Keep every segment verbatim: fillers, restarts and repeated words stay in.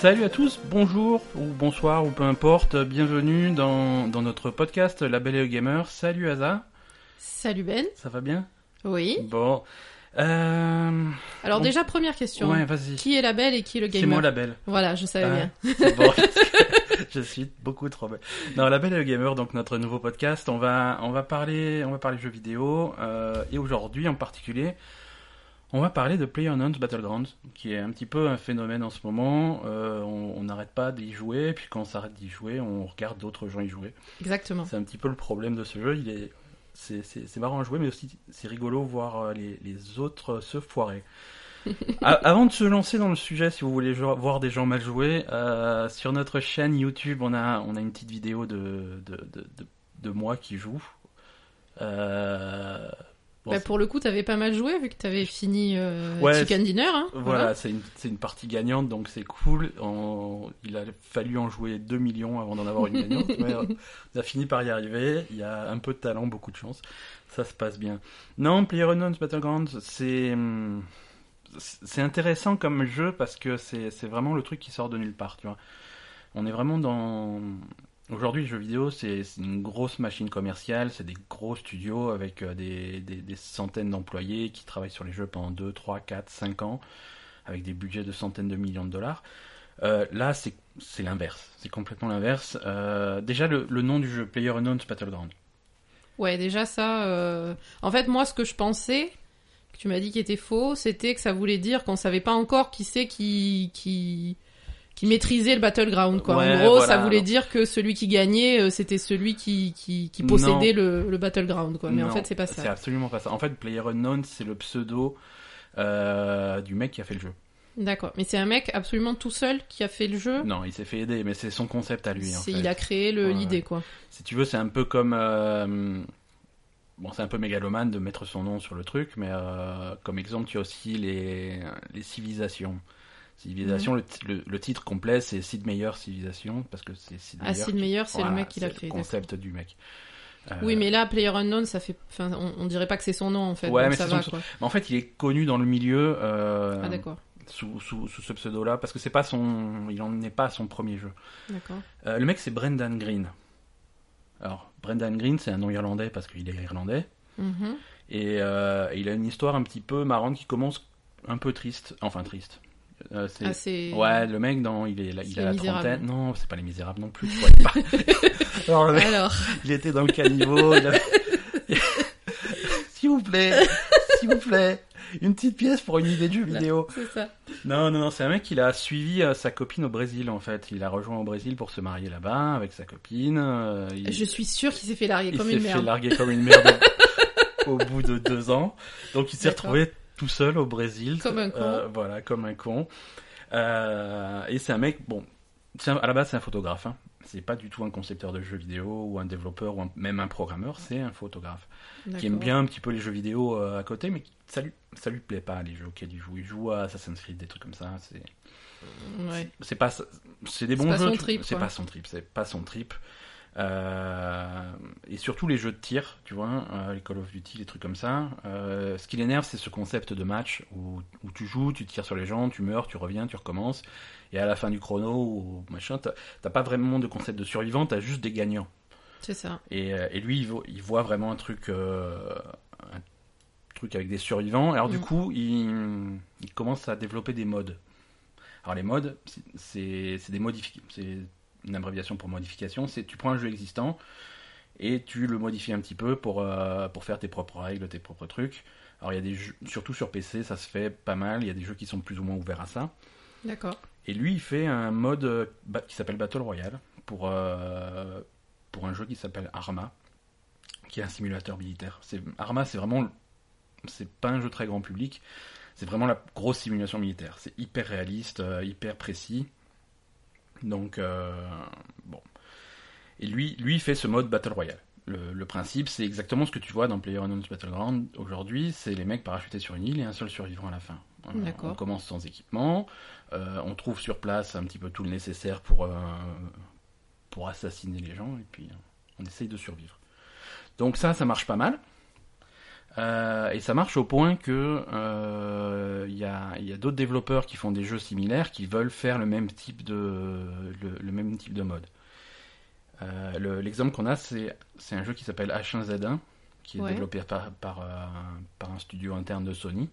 Salut à tous, bonjour ou bonsoir ou peu importe, bienvenue dans, dans notre podcast La Belle et le Gamer. Salut Asa. Salut Ben. Ça va bien? Oui. Bon. Euh... Alors on... déjà, première question. Ouais, vas-y. Qui est la Belle et qui est le Gamer? C'est moi la Belle. Voilà, je savais ah, bien. C'est bon, je suis beaucoup trop belle. Non, La Belle et le Gamer, donc notre nouveau podcast, on va, on va parler, on va parler jeux vidéo, euh, et aujourd'hui en particulier, on va parler de PlayerUnknown's Battlegrounds, qui est un petit peu un phénomène en ce moment. Euh, on n'arrête pas d'y jouer, puis quand on s'arrête d'y jouer, on regarde d'autres gens y jouer. Exactement. C'est un petit peu le problème de ce jeu. Il est, c'est, c'est, c'est marrant à jouer, mais aussi c'est rigolo voir les, les autres se foirer. a- avant de se lancer dans le sujet, si vous voulez jo- voir des gens mal jouer, euh, sur notre chaîne YouTube, on a, on a une petite vidéo de, de, de, de, de moi qui joue. Euh... Bon, bah, pour le coup, t'avais pas mal joué vu que t'avais fini euh, ouais, Chicken Dinner. Hein, voilà, voilà. c'est, une, c'est une partie gagnante, donc c'est cool. On, il a fallu en jouer deux millions avant d'en avoir une gagnante, mais on a fini par y arriver. Il y a un peu de talent, beaucoup de chance. Ça se passe bien. Non, PlayerUnknown's Battlegrounds, c'est, c'est intéressant comme jeu parce que c'est, c'est vraiment le truc qui sort de nulle part, tu vois. On est vraiment dans... Aujourd'hui, le jeu vidéo, c'est, c'est une grosse machine commerciale, c'est des gros studios avec euh, des, des, des centaines d'employés qui travaillent sur les jeux pendant deux, trois, quatre, cinq ans, avec des budgets de centaines de millions de dollars. Euh, là, c'est, c'est l'inverse, c'est complètement l'inverse. Euh, déjà, le, le nom du jeu, PlayerUnknown's Battlegrounds. Ouais, déjà ça... Euh... En fait, moi, ce que je pensais, que tu m'as dit qui était faux, c'était que ça voulait dire qu'on savait pas encore qui c'est qui... qui... qui maîtrisait le battleground, quoi. Ouais, en gros, voilà, ça voulait alors... dire que celui qui gagnait, euh, c'était celui qui, qui, qui possédait le, le battleground, quoi. Mais non, en fait, c'est pas ça. C'est absolument pas ça. En fait, PlayerUnknown's, c'est le pseudo euh, du mec qui a fait le jeu. D'accord. Mais c'est un mec absolument tout seul qui a fait le jeu? Non, il s'est fait aider, mais c'est son concept à lui, c'est, en fait. Il a créé le, ouais, l'idée, ouais. quoi. Si tu veux, c'est un peu comme... Euh... Bon, c'est un peu mégalomane de mettre son nom sur le truc, mais euh, comme exemple, tu as aussi les, les civilisations. Civilisation, mmh. le, le, le titre complet, c'est Sid Meier Civilisation, parce que c'est Sid Meier. Ah, Sid Meier, c'est voilà, le mec qui l'a créé. C'est le concept d'accord. du mec. Euh... Oui, mais là, PlayerUnknown, ça fait, enfin, on, on dirait pas que c'est son nom en fait. Ouais, donc mais ça c'est va, son... quoi. Mais en fait, il est connu dans le milieu. Euh... Ah, d'accord. Sous, sous, sous ce pseudo-là, parce que c'est pas son, il en est pas son premier jeu. D'accord. Euh, le mec, c'est Brendan Green. Alors, Brendan Green, c'est un nom irlandais parce qu'il est irlandais. Mm-hmm. Et euh, il a une histoire un petit peu marrante qui commence un peu triste, enfin triste. Euh, c'est... Ah, c'est... Ouais, le mec, dans, il, est, il c'est a la misérable. trentaine. Non, c'est pas les Misérables non plus. Pas... Alors, le mec, Alors, il était dans le caniveau. Il a... S'il vous plaît, s'il vous plaît, une petite pièce pour une idée de jeu vidéo. C'est ça. Non, non, non, c'est un mec qui a suivi euh, sa copine au Brésil, en fait. Il a rejoint au Brésil pour se marier là-bas avec sa copine. Euh, il... Je suis sûre qu'il s'est fait larguer il comme une merde. Il s'est fait larguer comme une merde au bout de deux ans. Donc il s'est D'accord. retrouvé tout seul au Brésil. Comme un con. Euh, voilà, comme un con. Euh, et c'est un mec, bon, c'est un, à la base c'est un photographe. Hein. C'est pas du tout un concepteur de jeux vidéo ou un développeur ou un, même un programmeur. C'est un photographe D'accord. qui aime bien un petit peu les jeux vidéo euh, à côté, mais ça lui, ça lui plaît pas les jeux auxquels il joue. Il joue à Assassin's Creed, des trucs comme ça. C'est, ouais. c'est, c'est pas, c'est des c'est bons pas jeux. Son trip, c'est quoi. pas son trip. C'est pas son trip. Euh, et surtout les jeux de tir, tu vois, euh, les Call of Duty, les trucs comme ça. Euh, ce qui l'énerve, c'est ce concept de match où, où tu joues, tu tires sur les gens, tu meurs, tu reviens, tu recommences. Et à la fin du chrono ou machin, t'as, t'as pas vraiment de concept de survivant, t'as juste des gagnants. C'est ça. Et, et lui, il voit, il voit vraiment un truc, euh, un truc avec des survivants. Alors mmh. du coup, il, il commence à développer des modes. Alors les modes, c'est, c'est, c'est des modifications. C'est une abréviation pour modification, c'est tu prends un jeu existant et tu le modifies un petit peu pour, euh, pour faire tes propres règles, tes propres trucs. Alors il y a des jeux, surtout sur P C, ça se fait pas mal, il y a des jeux qui sont plus ou moins ouverts à ça. D'accord. Et lui, il fait un mode euh, qui s'appelle Battle Royale pour, euh, pour un jeu qui s'appelle Arma, qui est un simulateur militaire. C'est, Arma, c'est vraiment, c'est pas un jeu très grand public, c'est vraiment la grosse simulation militaire. C'est hyper réaliste, euh, hyper précis. Donc, euh, bon. Et lui, lui, il fait ce mode Battle Royale. Le, le principe, c'est exactement ce que tu vois dans PlayerUnknown's Battleground aujourd'hui. C'est les mecs parachutés sur une île et un seul survivant à la fin. D'accord. On commence sans équipement. Euh, on trouve sur place un petit peu tout le nécessaire pour, euh, pour assassiner les gens. Et puis, on essaye de survivre. Donc ça, ça marche pas mal. Euh, et ça marche au point que euh, il y a, il y a d'autres développeurs qui font des jeux similaires qui veulent faire le même type de, le, le même type de mode. Euh, le, l'exemple qu'on a, c'est, c'est un jeu qui s'appelle H un Z un, qui est Ouais. développé par, par, euh, par un studio interne de Sony.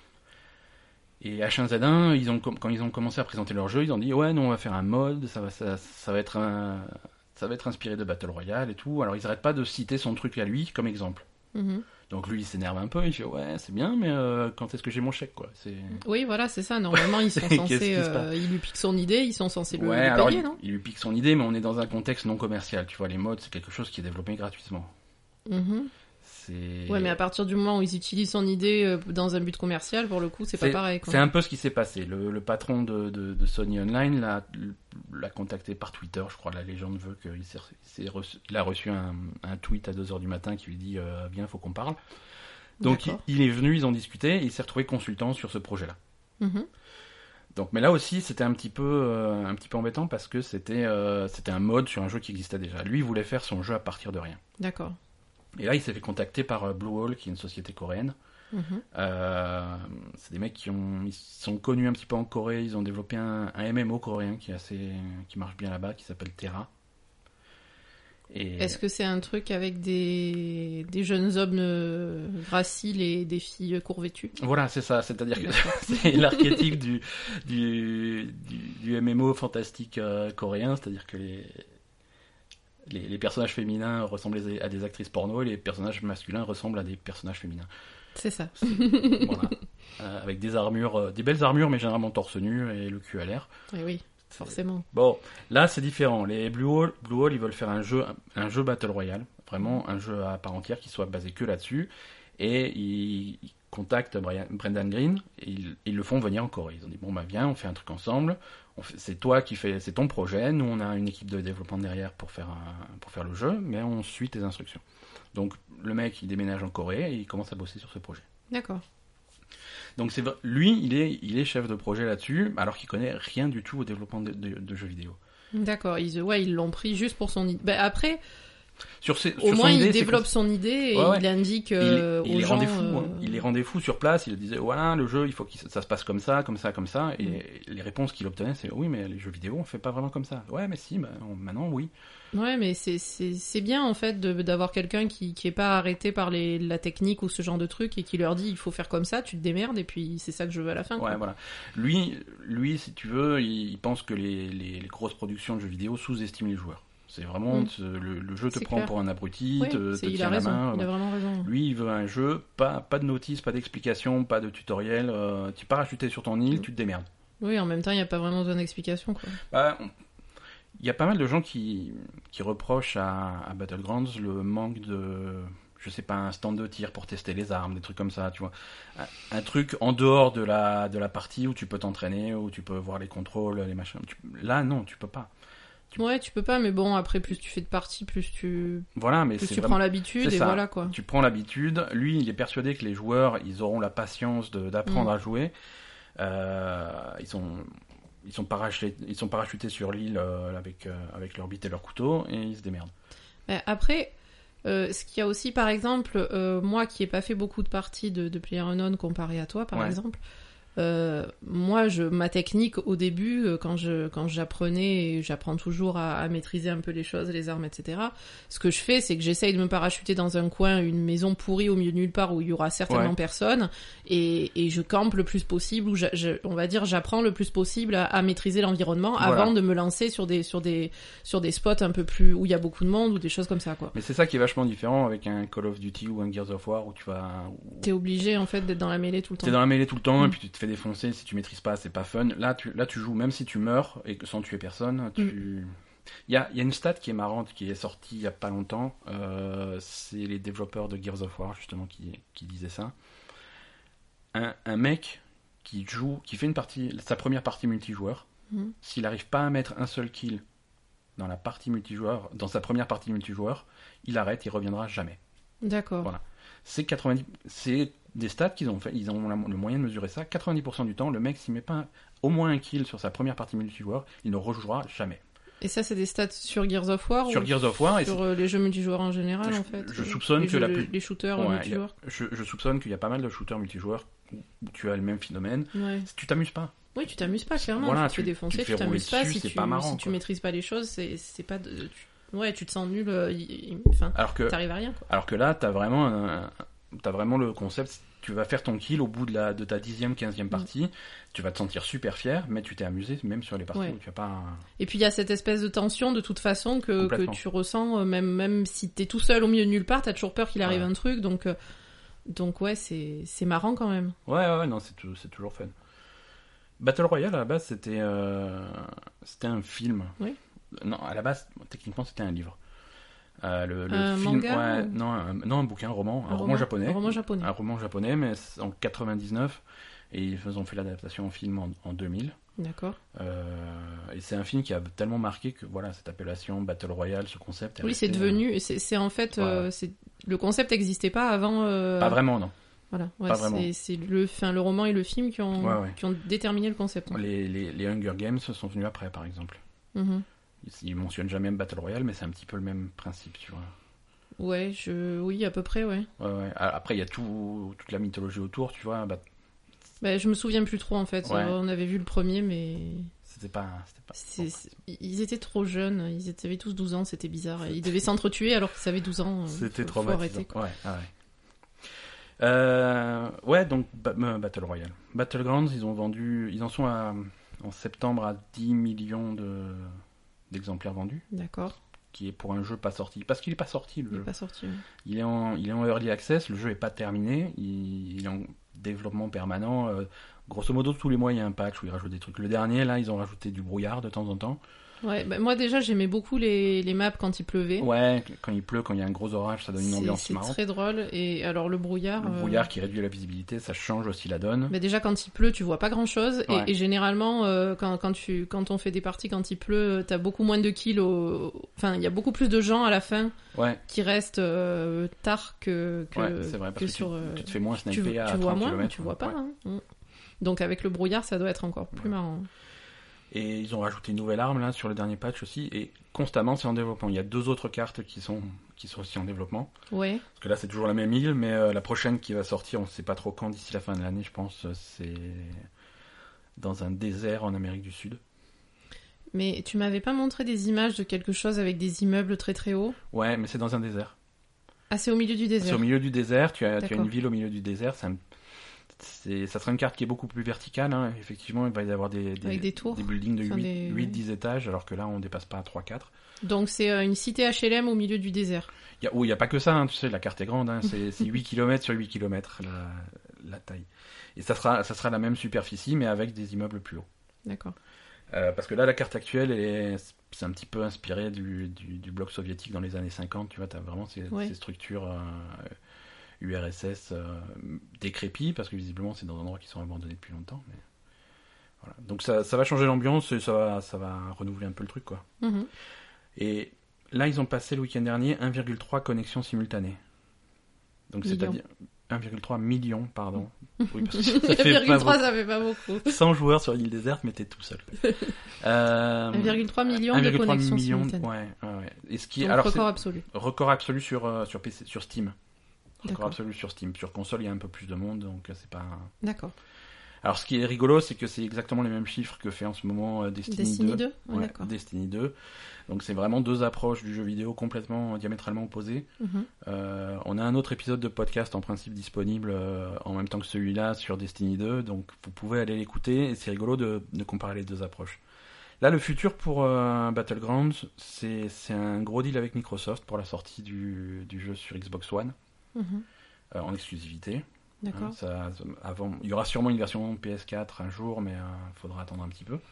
Et H un Z un, ils ont, quand ils ont commencé à présenter leur jeu, ils ont dit ouais, non, on va faire un mode, ça va, ça, ça va être un, ça va être inspiré de Battle Royale et tout. Alors ils arrêtent pas de citer son truc à lui comme exemple. Mhm. Donc lui, il s'énerve un peu, il fait ouais, c'est bien, mais euh, quand est-ce que j'ai mon chèque, quoi. C'est... Oui, voilà, c'est ça. Normalement, ils sont Qu'est-ce censés. qui se Euh, passe ils lui piquent son idée, ils sont censés le, Ouais, le alors payer, il, non il lui pique son idée, mais on est dans un contexte non commercial. Tu vois, les modes, c'est quelque chose qui est développé gratuitement. Mhm. C'est... Ouais, mais à partir du moment où ils utilisent son idée euh, dans un but commercial, pour le coup, c'est, c'est pas pareil. Quoi. C'est un peu ce qui s'est passé. Le, le patron de, de, de Sony Online l'a, l'a contacté par Twitter. Je crois la légende veut qu'il s'est, s'est reçu, il a reçu un, un tweet à deux heures du matin qui lui dit euh, viens, faut qu'on parle. Donc il, il est venu, ils ont discuté, et il s'est retrouvé consultant sur ce projet-là. Mm-hmm. Donc, mais là aussi, c'était un petit peu, euh, un petit peu embêtant parce que c'était, euh, c'était un mode sur un jeu qui existait déjà. Lui, il voulait faire son jeu à partir de rien. D'accord. Et là, il s'est fait contacter par euh, Bluehole, qui est une société coréenne. Mm-hmm. Euh, c'est des mecs qui ont, ils sont connus un petit peu en Corée. Ils ont développé un, un M M O coréen qui est assez, qui marche bien là-bas, qui s'appelle Terra. Et... Est-ce que c'est un truc avec des, des jeunes hommes euh, graciles et des filles courvêtues ? Voilà, c'est ça. C'est-à-dire que c'est l'archétype du, du, du, du M M O fantastique euh, coréen. C'est-à-dire que les, les, les personnages féminins ressemblent à des actrices porno et les personnages masculins ressemblent à des personnages féminins. C'est ça. C'est, voilà. Euh, avec des armures, euh, des belles armures, mais généralement torse nu et le cul à l'air. Et oui. Forcément. Bon, là c'est différent. Les Bluehole, Bluehole, ils veulent faire un jeu, un jeu Battle Royale, vraiment un jeu à part entière qui soit basé que là-dessus. Et ils, ils contactent Brian, Brendan Green et ils, ils le font venir en Corée. Ils ont dit bon bah viens, on fait un truc ensemble. On fait, c'est toi qui fais, c'est ton projet. Nous on a une équipe de développement derrière pour faire un, pour faire le jeu, mais on suit tes instructions. Donc le mec il déménage en Corée et il commence à bosser sur ce projet. D'accord. Donc c'est lui, il est, il est chef de projet là-dessus, alors qu'il connaît rien du tout au développement de, de, de jeux vidéo. D'accord, ils, ouais, ils l'ont pris juste pour son idée. Ben après, sur ses, au sur moins son il idée, développe que... son idée et ouais, ouais. il indique euh, il, aux il les gens... rendait fous, euh... hein. Il les rendait fous sur place, il disait voilà, le jeu, il faut que ça se passe comme ça, comme ça, comme ça, et mm. les réponses qu'il obtenait, c'est oui, mais les jeux vidéo, on fait pas vraiment comme ça. Ouais, mais si, bah, on, maintenant, oui. Ouais, mais c'est, c'est, c'est bien en fait de, d'avoir quelqu'un qui, qui est pas arrêté par les, la technique ou ce genre de truc et qui leur dit il faut faire comme ça, tu te démerdes et puis c'est ça que je veux à la fin. Quoi. Ouais, voilà. Lui, lui, si tu veux, il, il pense que les, les, les grosses productions de jeux vidéo sous-estiment les joueurs. C'est vraiment mmh. le, le jeu te c'est prend clair. pour un abruti, oui, te, te tient a la raison. main. Il a vraiment raison. Lui, il veut un jeu, pas, pas de notice, pas d'explication, pas de tutoriel. Euh, tu pars acheter sur ton île, mmh. tu te démerdes. Oui, en même temps, il n'y a pas vraiment besoin d'explication. Quoi. Bah, on... Il y a pas mal de gens qui, qui reprochent à, à Battlegrounds le manque de, je sais pas, un stand de tir pour tester les armes, des trucs comme ça, tu vois. Un, un truc en dehors de la, de la partie où tu peux t'entraîner, où tu peux voir les contrôles, les machins. Tu, là, non, tu peux pas. Tu... Ouais, tu peux pas, mais bon, après, plus tu fais de parties, plus tu, voilà, mais plus c'est tu vraiment... prends l'habitude, c'est et ça. voilà, quoi. Tu prends l'habitude. Lui, il est persuadé que les joueurs, ils auront la patience de, d'apprendre mmh. à jouer. Euh, ils sont... Ils sont, parachutés, ils sont parachutés sur l'île euh, avec, euh, avec leur bite et leur couteau et ils se démerdent. Après, euh, ce qu'il y a aussi, par exemple, euh, moi qui n'ai pas fait beaucoup de parties de, de PlayerUnknown comparé à toi, par ouais. exemple, euh, moi, je, ma technique au début, quand, je, quand j'apprenais, et j'apprends toujours à, à maîtriser un peu les choses, les armes, et cetera, ce que je fais, c'est que j'essaye de me parachuter dans un coin, une maison pourrie au milieu de nulle part où il y aura certainement ouais. personne, et, et je campe le plus possible, ou je, je, on va dire, j'apprends le plus possible à, à maîtriser l'environnement voilà. avant de me lancer sur des, sur, des, sur des spots un peu plus, où il y a beaucoup de monde, ou des choses comme ça, quoi. Mais c'est ça qui est vachement différent avec un Call of Duty ou un Gears of War où tu vas... Où... T'es obligé, en fait, d'être dans la mêlée tout le temps. T'es dans la mêlée tout le temps, mmh. et puis tu te fais défoncer, si tu maîtrises pas, c'est pas fun. Là tu, là, tu joues, même si tu meurs, et que sans tuer personne, tu... Mm. Il y a, y a une stat qui est marrante, qui est sortie il y a pas longtemps, euh, c'est les développeurs de Gears of War, justement, qui, qui disaient ça. Un, un mec qui joue, qui fait une partie, sa première partie multijoueur, mm. s'il n'arrive pas à mettre un seul kill dans la partie multijoueur, dans sa première partie multijoueur, il arrête, il reviendra jamais. D'accord. Voilà. C'est quatre-vingt-dix... c'est des stats qu'ils ont fait, ils ont le moyen de mesurer ça. quatre-vingt-dix pour cent du temps, le mec s'il met pas au moins un kill sur sa première partie multijoueur, il ne rejouera jamais. Et ça, c'est des stats sur Gears of War Sur ou Gears of War. sur et euh, les jeux multijoueurs en général, je, en fait. Je soupçonne les que jeux, la plus... les shooters ouais, multijoueurs. A, je, je soupçonne qu'il y a pas mal de shooters multijoueurs où, où tu as le même phénomène. Ouais. Si tu t'amuses pas. Oui, tu t'amuses pas, clairement. Voilà, tu te fais tu, défoncer, tu, tu, tu t'amuses pas. dessus, Si, tu, pas marrant, si tu quoi. maîtrises pas les choses, c'est, c'est pas de... tu... Ouais, tu te sens nul. Euh, y... Enfin, alors que, t'arrives à rien, quoi. Alors que là, t'as vraiment, un, t'as vraiment le concept... Tu vas faire ton kill au bout de, la, de ta dixième, quinzième partie. Mmh. Tu vas te sentir super fier, mais tu t'es amusé même sur les parties ouais. où tu as pas... Un... Et puis il y a cette espèce de tension de toute façon que, que tu ressens, même, même si t'es tout seul au milieu de nulle part, t'as toujours peur qu'il arrive ouais. un truc. Donc, euh, donc ouais, c'est, c'est marrant quand même. Ouais, ouais, non, c'est, c'est toujours fun. Battle Royale, à la base, c'était, euh, c'était un film. Oui. Non, à la base, techniquement, c'était un livre. Euh, le, le un film, manga ouais, ou... non, un, non, un bouquin, un roman, un, un roman, roman japonais. Un roman japonais. Un roman japonais, mais en quatre-vingt-dix-neuf, et ils ont fait l'adaptation en film en, en deux mille. D'accord. Euh, et c'est un film qui a tellement marqué que voilà, cette appellation Battle Royale, ce concept. Oui, c'est devenu, c'est, c'est en fait, ouais. euh, c'est, le concept n'existait pas avant. Euh... Pas vraiment, non. Voilà, ouais, pas c'est, vraiment. c'est le, enfin, le roman et le film qui ont, ouais, ouais. qui ont déterminé le concept. Hein. Les, les, les Hunger Games sont venus après, par exemple. Mm-hmm. Ils, ils mentionnent jamais Battle Royale, mais c'est un petit peu le même principe, tu vois. Ouais, je... oui, à peu près, ouais. ouais, ouais. Après, il y a tout, toute la mythologie autour, tu vois. Bah... Bah, je me souviens plus trop, en fait. Ouais. On avait vu le premier, mais... C'était pas... C'était pas... C'est, c'est... Ils étaient trop jeunes, ils avaient tous douze ans, c'était bizarre. Ils devaient s'entretuer alors qu'ils avaient douze ans. C'était faut, traumatisant. faut arrêter, quoi. Ouais, ah ouais. Euh... ouais, donc ba- Battle Royale. Battlegrounds, ils ont vendu... Ils en sont à... en septembre à dix millions de... d'exemplaires vendus. D'accord. Qui est pour un jeu pas sorti. Parce qu'il est pas sorti, le il jeu. Est pas sorti, ouais. Il est en, il est en early access, le jeu est pas terminé, il, il est en développement permanent. Euh, grosso modo, tous les mois, il y a un patch où ils rajoutent des trucs. Le dernier, là, ils ont rajouté du brouillard de temps en temps. Ouais, bah moi déjà, j'aimais beaucoup les, les maps quand il pleuvait. Ouais, quand il pleut, quand il y a un gros orage, ça donne une c'est, ambiance c'est marrante. C'est très drôle. Et alors, le brouillard... Le brouillard euh... qui réduit la visibilité, ça change aussi la donne. Mais déjà, quand il pleut, tu vois pas grand-chose. Ouais. Et, et généralement, euh, quand, quand, tu, quand on fait des parties, quand il pleut, t'as beaucoup moins de kills. Au... Enfin, il y a beaucoup plus de gens à la fin ouais. qui restent euh, tard que, que, ouais, c'est vrai, parce que, que sur... Tu, euh... tu te fais moins sniper tu, à tu vois trente moins, kilomètres. Tu vois pas. Ouais. Hein. Donc, avec le brouillard, ça doit être encore plus ouais. marrant. Et ils ont rajouté une nouvelle arme là sur le dernier patch aussi, et constamment c'est en développement. Il y a deux autres cartes qui sont, qui sont aussi en développement. Ouais. Parce que là c'est toujours la même île, mais euh, la prochaine qui va sortir, on ne sait pas trop quand, d'ici la fin de l'année je pense, c'est dans un désert en Amérique du Sud. Mais tu m'avais pas montré des images de quelque chose avec des immeubles très très hauts ? Ouais, mais c'est dans un désert. Ah, c'est au milieu du désert. C'est au milieu du désert, tu as, tu as une ville au milieu du désert, c'est un... C'est, ça sera une carte qui est beaucoup plus verticale, hein. Effectivement il va y avoir des, des, des, tours. des buildings de enfin, huit des... dix étages, alors que là on dépasse pas à trois quatre. Donc c'est euh, une cité H L M au milieu du désert. Il y a, oh, il n'y a pas que ça, hein, tu sais, la carte est grande, hein, c'est, c'est huit kilomètres sur huit kilomètres la, la taille. Et ça sera, ça sera la même superficie mais avec des immeubles plus hauts. D'accord. Euh, parce que là la carte actuelle est, c'est un petit peu inspiré du, du, du bloc soviétique dans les années cinquante, tu vois, tu as vraiment ces, ouais. ces structures... Euh, U R S S euh, décrépit, parce que visiblement c'est dans des endroits qui sont abandonnés depuis longtemps. Mais... Voilà. Donc ça, ça va changer l'ambiance et ça va, ça va renouveler un peu le truc, quoi. Mm-hmm. Et là, ils ont passé le week-end dernier un virgule trois connexions simultanées. Donc millions. C'est-à-dire un virgule trois millions, pardon. Oui, parce que ça fait un virgule trois, ça fait pas beaucoup. cent joueurs sur l'île déserte, mais t'es tout seul. euh, un virgule trois millions de connexions millions, simultanées. Ouais, ouais, ouais. Et ce qui est, donc, alors, record c'est absolu. Record absolu sur, euh, sur, P C, sur Steam. Record D'accord. absolu sur Steam. Sur console, il y a un peu plus de monde, donc c'est pas... D'accord. Alors, ce qui est rigolo, c'est que c'est exactement les mêmes chiffres que fait en ce moment Destiny, Destiny deux. deux. Ouais, ouais, d'accord. Destiny deux. Donc, c'est vraiment deux approches du jeu vidéo complètement diamétralement opposées. Mm-hmm. Euh, on a un autre épisode de podcast en principe disponible euh, en même temps que celui-là sur Destiny deux, donc vous pouvez aller l'écouter, et c'est rigolo de, de comparer les deux approches. Là, le futur pour euh, Battlegrounds, c'est, c'est un gros deal avec Microsoft pour la sortie du, du jeu sur Xbox One. Mm-hmm. Euh, en exclusivité. D'accord. Hein, ça, avant, il y aura sûrement une version P S quatre un jour, mais il euh, faudra attendre un petit peu.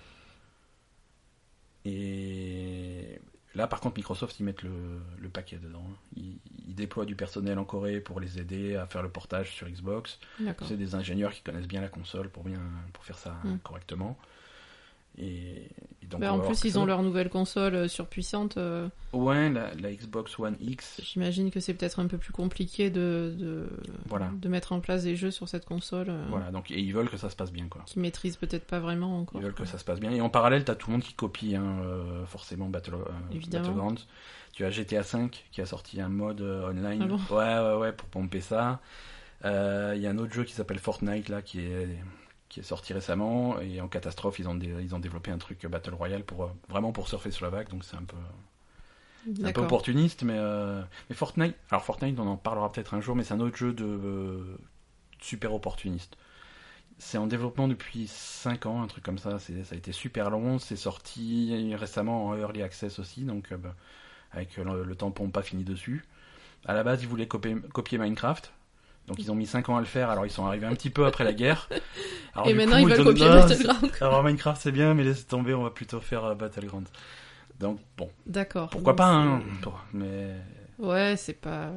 Et là, par contre, Microsoft, ils mettent le, le paquet dedans. Ils, ils déploient du personnel en Corée pour les aider à faire le portage sur Xbox. D'accord. C'est des ingénieurs qui connaissent bien la console pour, bien, pour faire ça mm. correctement. Et, et donc, Bah, en plus, ils ont leur nouvelle console euh, surpuissante. Euh... Ouais, la, la Xbox One X. J'imagine que c'est peut-être un peu plus compliqué de, de, voilà. de mettre en place des jeux sur cette console. Euh, voilà, donc, et ils veulent que ça se passe bien, quoi. Qui maîtrisent peut-être pas vraiment encore. Ils veulent que ça se passe bien. Et en parallèle, t'as tout le monde qui copie, hein, euh, forcément, Battle, euh, Battlegrounds. Tu as G T A cinq qui a sorti un mode euh, online. Ah bon ouais, ouais, ouais, pour pomper ça. Il euh, y a un autre jeu qui s'appelle Fortnite, là, qui est... qui est sorti récemment, et en catastrophe, ils ont, dé- ils ont développé un truc Battle Royale pour, euh, vraiment pour surfer sur la vague, donc c'est un peu, c'est un peu opportuniste, mais, euh, mais Fortnite, alors Fortnite, on en parlera peut-être un jour, mais c'est un autre jeu de euh, super opportuniste. C'est en développement depuis cinq ans, un truc comme ça, c'est, ça a été super long, c'est sorti récemment en Early Access aussi, donc euh, bah, avec le, le tampon pas fini dessus. À la base, ils voulaient copier, copier Minecraft. Donc ils ont mis cinq ans à le faire, alors ils sont arrivés un petit peu après la guerre. Alors, et maintenant coup, ils veulent copier non, Battlegrounds. Alors Minecraft c'est bien, mais laissez tomber, on va plutôt faire uh, Battlegrounds. Donc bon. D'accord. Pourquoi donc pas, c'est... hein, bon, mais... Ouais, c'est pas...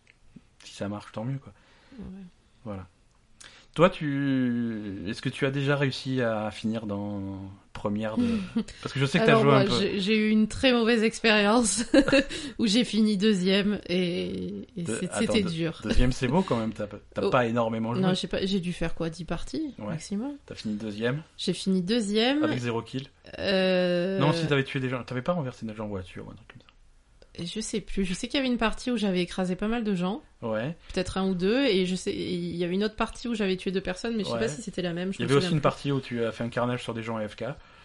Si ça marche, tant mieux, quoi. Ouais. Voilà. Toi, tu... est-ce que tu as déjà réussi à finir dans première de... Parce que je sais que tu as joué moi, un peu. J'ai, j'ai eu une très mauvaise expérience où j'ai fini deuxième et, et de... c'était, Attends, c'était de... dur. Deuxième, c'est beau quand même. T'as, t'as oh. pas énormément joué. Non, j'ai, pas... j'ai dû faire quoi, dix parties ouais. maximum. T'as fini deuxième. J'ai fini deuxième. Avec zéro kill. Euh... Non, si t'avais tué des gens, t'avais pas renversé des gens en voiture ou un truc comme ça. Je sais plus. Je sais qu'il y avait une partie où j'avais écrasé pas mal de gens. Ouais. Peut-être un ou deux. Et je sais, il y avait une autre partie où j'avais tué deux personnes, mais je sais ouais. pas si c'était la même. Je il y me avait aussi plus. une partie où tu as fait un carnage sur des gens A F K.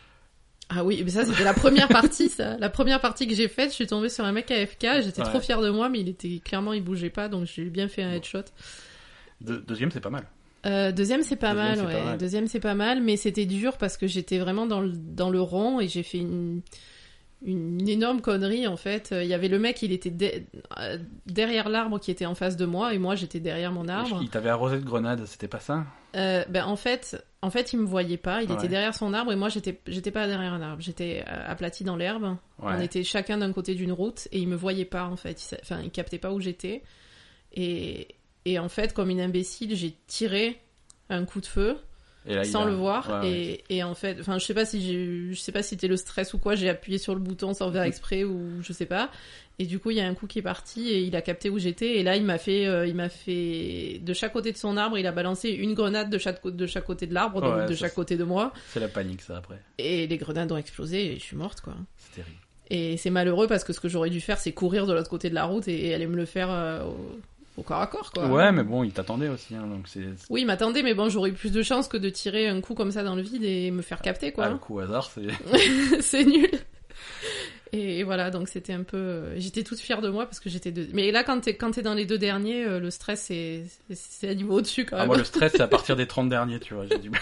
Ah oui, mais ça c'était la première partie, ça. La première partie que j'ai faite, je suis tombée sur un mec A F K. J'étais ouais. trop fière de moi, mais il était clairement, il bougeait pas, donc j'ai bien fait un headshot. De- deuxième, c'est pas mal. Euh, deuxième c'est pas deuxième, mal, c'est ouais. Pas mal. Deuxième c'est pas mal, mais c'était dur parce que j'étais vraiment dans le dans le rond et j'ai fait une. Une énorme connerie en fait. Il y avait le mec, il était de... derrière l'arbre qui était en face de moi et moi j'étais derrière mon arbre. Il t'avait arrosé de grenades, c'était pas ça euh, Ben en fait, en fait il me voyait pas. Il ouais. était derrière son arbre et moi j'étais, j'étais pas derrière un arbre. J'étais aplati dans l'herbe. Ouais. On était chacun d'un côté d'une route et il me voyait pas en fait. Il... Enfin, il captait pas où j'étais. Et et en fait, comme une imbécile, j'ai tiré un coup de feu. Et là, sans a... le voir ouais, et, ouais. et en fait enfin je sais pas si j'ai je sais pas si c'était le stress ou quoi, j'ai appuyé sur le bouton sans faire exprès ou je sais pas et du coup il y a un coup qui est parti et il a capté où j'étais et là il m'a fait euh, il m'a fait de chaque côté de son arbre, il a balancé une grenade de chaque de chaque côté de l'arbre donc ouais, de chaque c'est... côté de moi. C'est la panique ça après. Et les grenades ont explosé et je suis morte quoi. C'est terrible. Et c'est malheureux parce que ce que j'aurais dû faire c'est courir de l'autre côté de la route et, et aller me le faire euh, au... au corps à corps, quoi. Ouais, mais bon, il t'attendait aussi, hein, donc c'est... Oui, il m'attendait, mais bon, j'aurais eu plus de chance que de tirer un coup comme ça dans le vide et me faire capter, quoi. Ah, le coup au hasard, c'est... c'est nul. Et voilà, donc c'était un peu... J'étais toute fière de moi parce que j'étais... De... Mais là, quand t'es, quand t'es dans les deux derniers, le stress, c'est, c'est à niveau au-dessus, quand même. Ah, moi, le stress, c'est à partir des trente derniers, tu vois, j'ai du...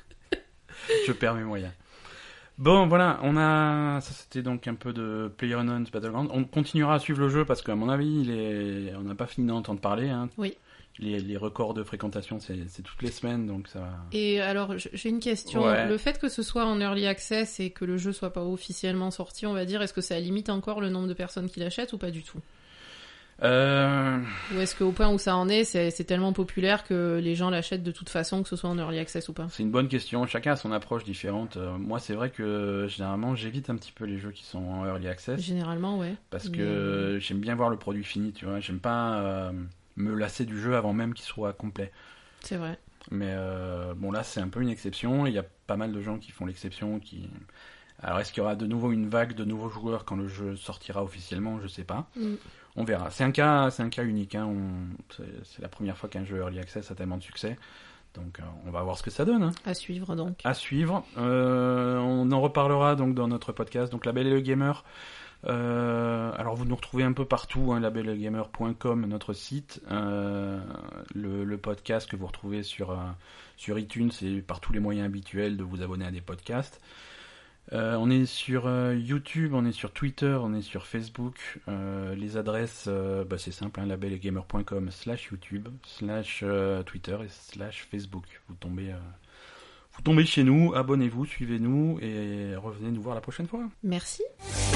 Je perds mes moyens. Bon, voilà, on a... Ça, c'était donc un peu de PlayerUnknown's Battlegrounds. On continuera à suivre le jeu parce qu'à mon avis, il est... on n'a pas fini d'entendre parler. Hein. Oui. Les, les records de fréquentation, c'est, c'est toutes les semaines, donc ça va... Et alors, j'ai une question. Ouais. Le fait que ce soit en Early Access et que le jeu soit pas officiellement sorti, on va dire, est-ce que ça limite encore le nombre de personnes qui l'achètent ou pas du tout ? Euh... Ou est-ce qu'au point où ça en est, c'est, c'est tellement populaire que les gens l'achètent de toute façon, que ce soit en Early Access ou pas ? C'est une bonne question, chacun a son approche différente. Euh, moi, c'est vrai que généralement, j'évite un petit peu les jeux qui sont en Early Access. Généralement, ouais. Parce que Mais... j'aime bien voir le produit fini, tu vois. J'aime pas euh, me lasser du jeu avant même qu'il soit complet. C'est vrai. Mais euh, bon, là, c'est un peu une exception. Il y a pas mal de gens qui font l'exception, qui... Alors, est-ce qu'il y aura de nouveau une vague de nouveaux joueurs quand le jeu sortira officiellement ? Je sais pas. Mm. On verra. C'est un cas, c'est un cas unique. Hein. On... C'est, c'est la première fois qu'un jeu Early Access a tellement de succès. Donc, euh, on va voir ce que ça donne. Hein. À suivre, donc. À suivre. Euh, on en reparlera donc dans notre podcast. Donc, La Belle et le Gamer. Euh, alors, vous nous retrouvez un peu partout. Hein, la belle gamer point com, notre site. Euh, le, le podcast que vous retrouvez sur, euh, sur iTunes et par tous les moyens habituels de vous abonner à des podcasts. Euh, on est sur euh, YouTube, on est sur Twitter, on est sur Facebook. Euh, les adresses, euh, bah c'est simple, hein, la belle gamer point com slash YouTube, slash euh, Twitter et slash Facebook. Vous tombez, euh, vous tombez chez nous, abonnez-vous, suivez-nous et revenez nous voir la prochaine fois. Merci.